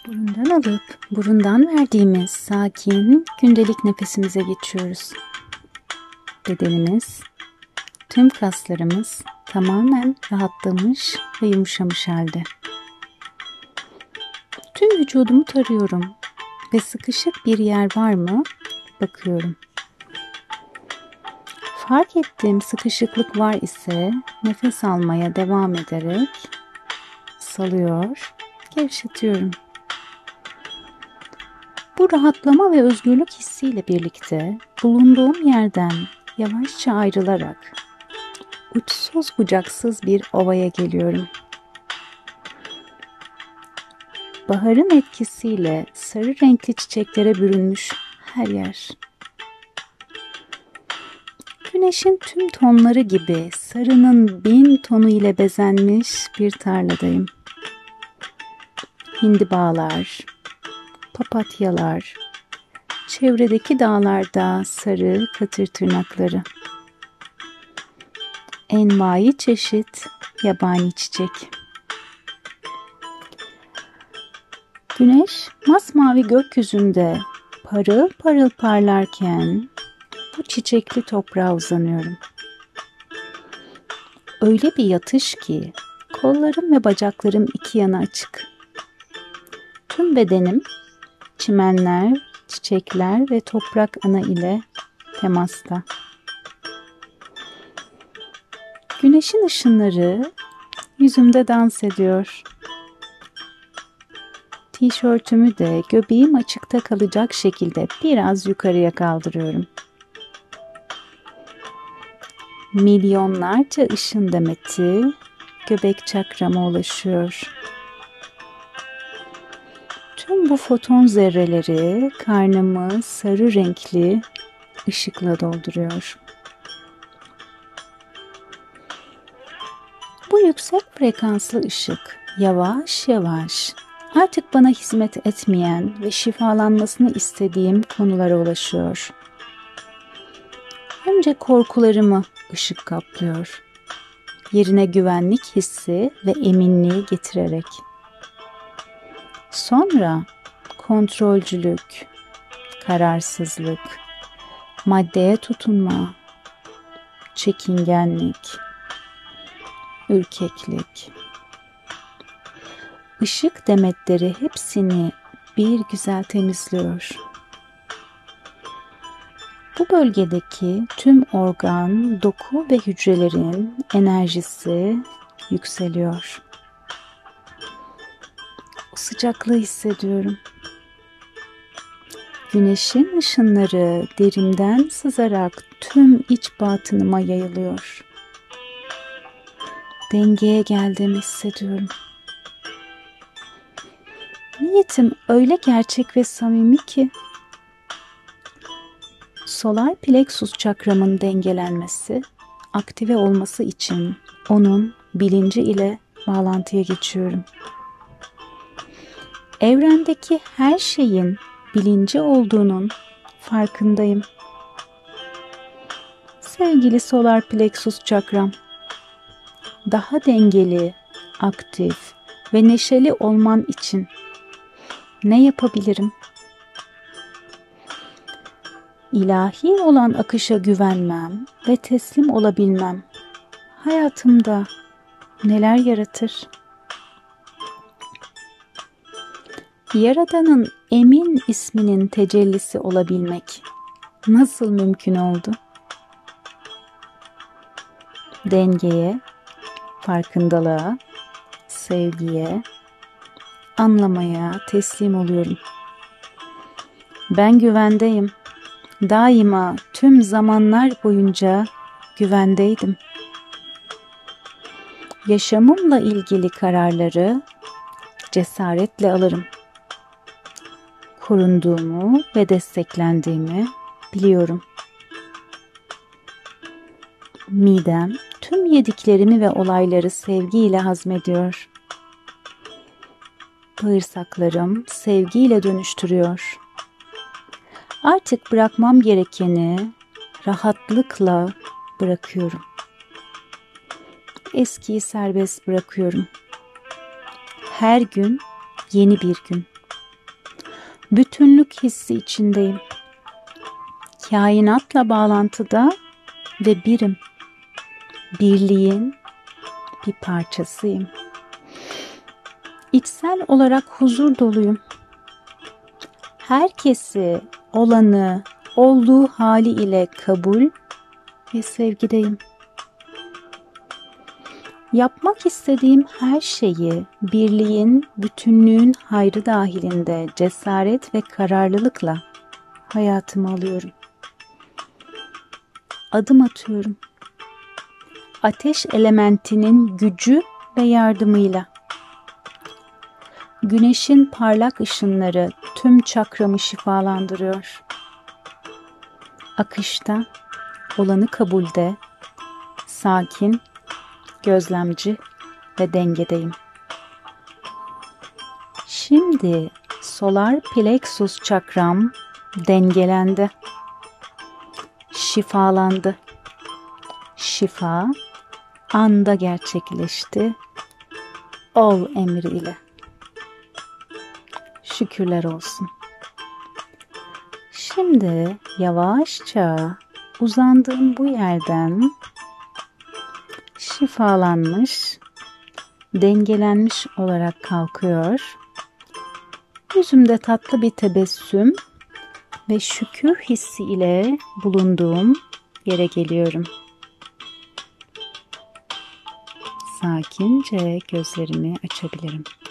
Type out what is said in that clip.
Burundan alıp burundan verdiğimiz sakin gündelik nefesimize geçiyoruz. Bedenimiz, tüm kaslarımız tamamen rahatlamış ve yumuşamış halde. Tüm vücudumu tarıyorum ve sıkışık bir yer var mı bakıyorum. Fark ettiğim sıkışıklık var ise nefes almaya devam ederek salıyor, gevşetiyorum. Bu rahatlama ve özgürlük hissiyle birlikte bulunduğum yerden yavaşça ayrılarak uçsuz bucaksız bir ovaya geliyorum. Baharın etkisiyle sarı renkli çiçeklere bürünmüş her yer. Güneşin tüm tonları gibi sarının 1000 tonu ile bezenmiş bir tarladayım. Hindibağlar, papatyalar, çevredeki dağlarda sarı katır tırnakları. Envai çeşit yabani çiçek. Güneş masmavi gökyüzünde parıl parıl parlarken bu çiçekli toprağa uzanıyorum. Öyle bir yatış ki kollarım ve bacaklarım iki yana açık. Tüm bedenim çimenler, çiçekler ve toprak ana ile temasta. Güneşin ışınları yüzümde dans ediyor. Tişörtümü de göbeğim açıkta kalacak şekilde biraz yukarıya kaldırıyorum. Milyonlarca ışın demeti göbek çakrama ulaşıyor. Tüm bu foton zerreleri karnımı sarı renkli ışıkla dolduruyor. Bu yüksek frekanslı ışık yavaş yavaş artık bana hizmet etmeyen ve şifalanmasını istediğim konulara ulaşıyor. Önce korkularımı ışık kaplıyor. Yerine güvenlik hissi ve eminliği getirerek. Sonra kontrolcülük, kararsızlık, maddeye tutunma, çekingenlik, ürkeklik. Işık demetleri hepsini bir güzel temizliyor. Bu bölgedeki tüm organ, doku ve hücrelerin enerjisi yükseliyor. O sıcaklığı hissediyorum. Güneşin ışınları derimden sızarak tüm iç batınıma yayılıyor. Dengeye geldiğimi hissediyorum. Niyetim öyle gerçek ve samimi ki solar plexus çakramın dengelenmesi, aktive olması için onun bilinci ile bağlantıya geçiyorum. Evrendeki her şeyin bilinci olduğunun farkındayım. Sevgili solar plexus çakram, daha dengeli, aktif ve neşeli olman için ne yapabilirim? İlahi olan akışa güvenmem ve teslim olabilmem hayatımda neler yaratır? Yaradan'ın Emin isminin tecellisi olabilmek nasıl mümkün oldu? Dengeye, farkındalığa, sevgiye, anlamaya teslim oluyorum. Ben güvendeyim. Daima tüm zamanlar boyunca güvendeydim. Yaşamımla ilgili kararları cesaretle alırım. Korunduğumu ve desteklendiğimi biliyorum. Midem tüm yediklerimi ve olayları sevgiyle hazmediyor. Bağırsaklarım sevgiyle dönüştürüyor. Artık bırakmam gerekeni rahatlıkla bırakıyorum. Eskiyi serbest bırakıyorum. Her gün yeni bir gün. bütünlük hissi içindeyim. Kainatla bağlantıda ve birim. Birliğin bir parçasıyım. İçsel olarak huzur doluyum. Herkesi, olanı, olduğu hali ile kabul ve sevgideyim. Yapmak istediğim her şeyi birliğin, bütünlüğün hayrı dahilinde cesaret ve kararlılıkla hayatıma alıyorum. Adım atıyorum. Ateş elementinin gücü ve yardımıyla. Güneşin parlak ışınları tüm çakramı şifalandırıyor. Akışta, olanı kabulde, sakin, gözlemci ve dengedeyim. Şimdi solar plexus çakram dengelendi, şifalandı. Şifa anda gerçekleşti, ol emri ile. Şükürler olsun. Şimdi yavaşça uzandığım bu yerden şifalanmış, dengelenmiş olarak kalkıyor. Yüzümde tatlı bir tebessüm ve şükür hissi ile bulunduğum yere geliyorum. Sakince gözlerimi açabilirim.